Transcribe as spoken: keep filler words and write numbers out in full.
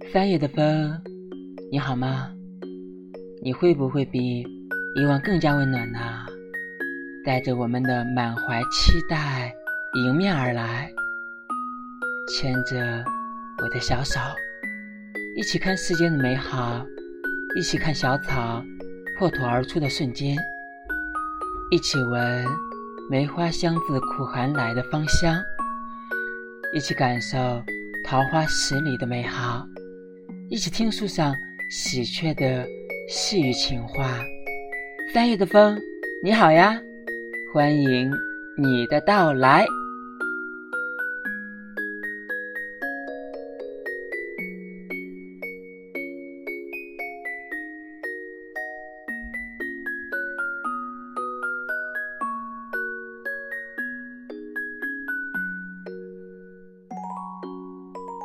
三月的风，你好吗？你会不会比以往更加温暖呢？带着我们的满怀期待迎面而来，牵着我的小手，一起看世间的美好，一起看小草破土而出的瞬间，一起闻梅花香自苦寒来的芳香，一起感受桃花十里的美好，一起听树上喜鹊的细语情话。三月的风，你好呀，欢迎你的到来。